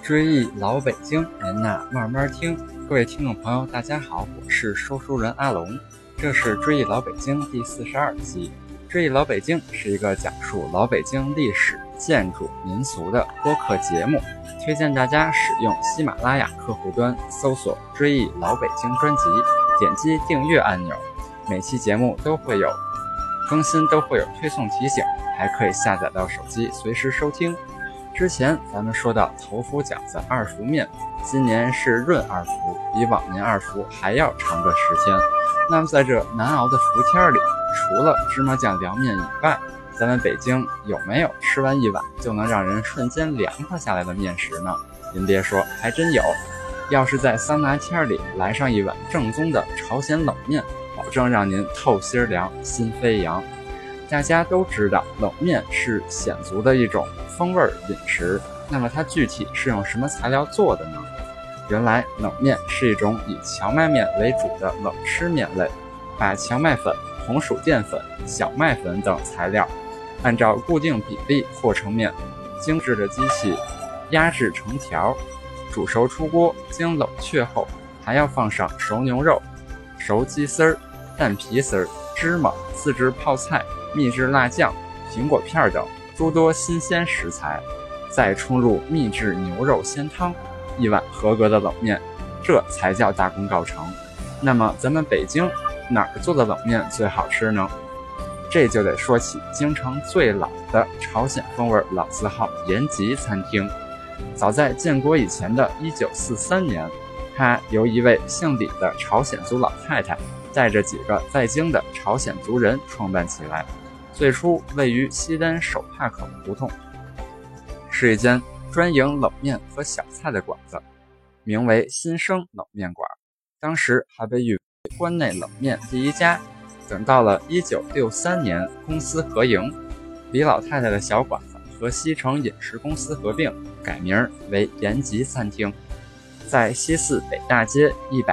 追忆老北京，您呐慢慢听。各位听众朋友，大家好，我是说书人阿龙，这是追忆老北京第42集。追忆老北京是一个讲述老北京历史、建筑、民俗的播客节目，推荐大家使用喜马拉雅客户端搜索追忆老北京专辑，点击订阅按钮，每期节目都会有更新，都会有推送提醒，还可以下载到手机随时收听。之前咱们说到头伏饺子二伏面，今年是闰二伏，比往年二伏还要长个10天。那么在这难熬的伏天里，除了芝麻酱凉面以外，咱们北京有没有吃完一碗就能让人瞬间凉快下来的面食呢？您别说，还真有。要是在桑拿天里来上一碗正宗的朝鲜冷面，保证让您透心凉，心飞扬。大家都知道冷面是鲜族的一种风味饮食，那么它具体是用什么材料做的呢？原来冷面是一种以荞麦面为主的冷吃面类，把荞麦粉、红薯淀粉、小麦粉等材料按照固定比例和成面，精致的机器压制成条，煮熟出锅，经冷却后还要放上熟牛肉、熟鸡丝、蛋皮丝、芝麻、自制泡菜、秘制辣酱、苹果片等诸多新鲜食材，再冲入秘制牛肉鲜汤，一碗合格的冷面，这才叫大功告成。那么咱们北京哪儿做的冷面最好吃呢？这就得说起京城最老的朝鲜风味老字号延吉餐厅。早在建国以前的1943年，它由一位姓李的朝鲜族老太太带着几个在京的朝鲜族人创办起来。最初位于西单手帕口胡同，是一间专营冷面和小菜的馆子，名为新生冷面馆，当时还被誉为关内冷面第一家。等到了1963年公司合营，李老太太的小馆子和西城饮食公司合并，改名为延吉餐厅，在西四北大街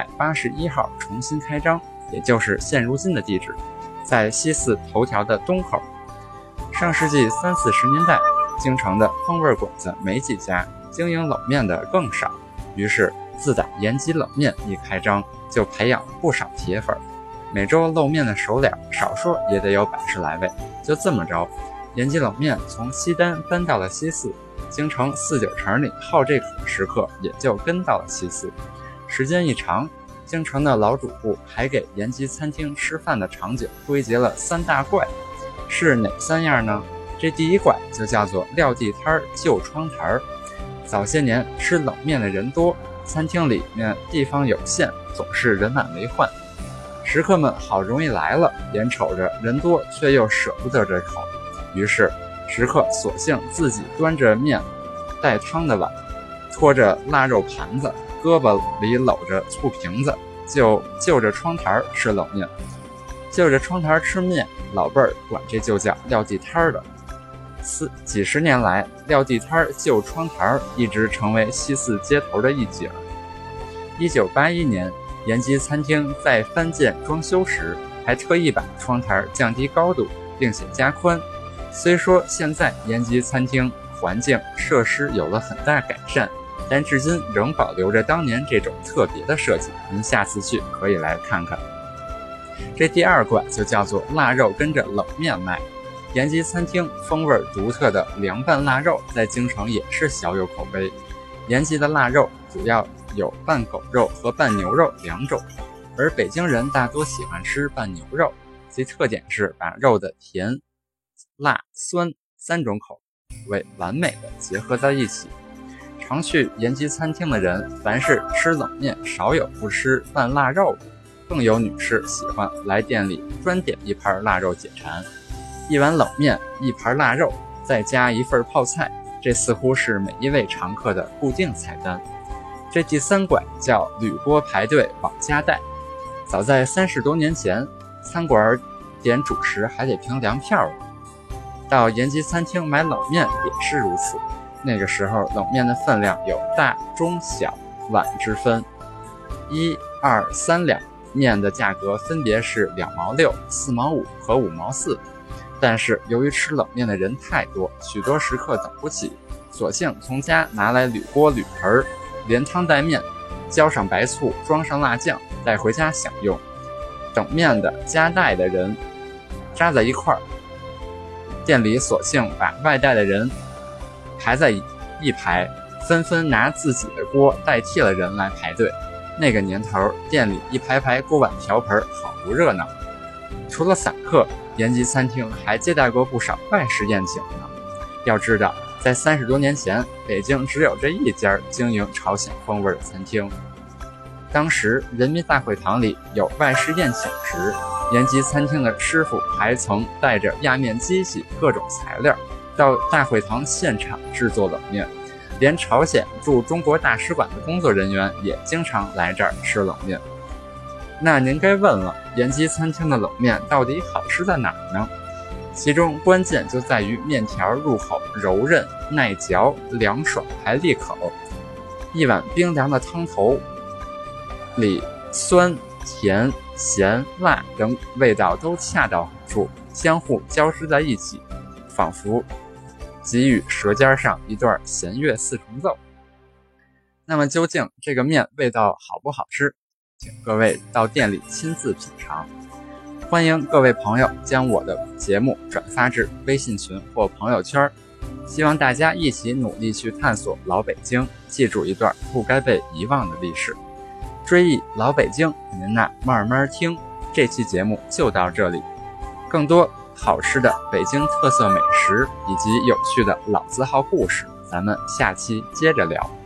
181号重新开张，也就是现如今的地址，在西四头条的东口。上世纪30-40年代，京城的风味馆子没几家，经营冷面的更少，于是自打延吉冷面一开张，就培养了不少铁粉。每周露面的手脸少说也得有100来位。就这么着，延吉冷面从西单搬到了西四，京城4-9城里好这口的食客也就跟到了西四。时间一长，京城的老主顾还给延吉餐厅吃饭的场景归结了3大怪。是哪3样呢？这第一怪就叫做撂地摊旧窗台。早些年吃冷面的人多，餐厅里面地方有限，总是人满为患。食客们好容易来了，眼瞅着人多却又舍不得这口，于是食客索性自己端着面带汤的碗，拖着腊肉盘子，胳膊里搂着醋瓶子，就着窗台吃冷面。就着窗台吃面，老辈儿管这就叫撂地摊的。几十年来，撂地摊就窗台一直成为西四街头的一景。1981年，延吉餐厅在翻建装修时，还特意把窗台降低高度，并且加宽。虽说现在延吉餐厅环境设施有了很大改善，但至今仍保留着当年这种特别的设计。您下次去可以来看看。这第二怪就叫做腊肉跟着冷面卖。延吉餐厅风味独特的凉拌腊肉在京城也是小有口碑。延吉的腊肉主要有拌狗肉和拌牛肉2种，而北京人大多喜欢吃拌牛肉，其特点是把肉的甜、辣、酸3种口味完美的结合在一起。常去延吉餐厅的人，凡是吃冷面，少有不吃拌腊肉的，更有女士喜欢来店里专点一盘腊肉解馋。一碗冷面，1盘腊肉，再加1份泡菜，这似乎是每一位常客的固定菜单。这第3怪叫铝锅排队往家带。早在30多年前，餐馆点主食还得凭粮票呢。到延吉餐厅买冷面也是如此。那个时候冷面的分量有大、中、小、碗之分，1、2、3两，面的价格分别是2毛6、4毛5和5毛4。但是由于吃冷面的人太多，许多食客等不起， 索性从家拿来铝锅铝盆，连汤带面，浇上白醋，装上辣酱，带回家享用。等面的夹带的人扎在一块儿，店里索性把外带的人排在一排，纷纷拿自己的锅代替了人来排队。那个年头，店里一排排锅碗瓢盆，好不热闹。除了散客，延吉餐厅还接待过不少外事宴请呢。要知道，在30多年前，北京只有这一家经营朝鲜风味的餐厅。当时人民大会堂里有外事宴请时，延吉餐厅的师傅还曾带着压面机器各种材料到大会堂现场制作冷面，连朝鲜驻中国大使馆的工作人员也经常来这儿吃冷面。那您该问了，延吉餐厅的冷面到底好吃在哪儿呢？其中关键就在于面条入口柔韧耐嚼，凉爽还利口。一碗冰凉的汤头里酸甜咸辣等味道都恰到好处，相互交织在一起，仿佛给予舌尖上一段弦乐四重奏。那么究竟这个面味道好不好吃，请各位到店里亲自品尝。欢迎各位朋友将我的节目转发至微信群或朋友圈，希望大家一起努力去探索老北京，记住一段不该被遗忘的历史。追忆老北京，您慢慢听。这期节目就到这里，更多好吃的北京特色美食以及有趣的老字号故事，咱们下期接着聊。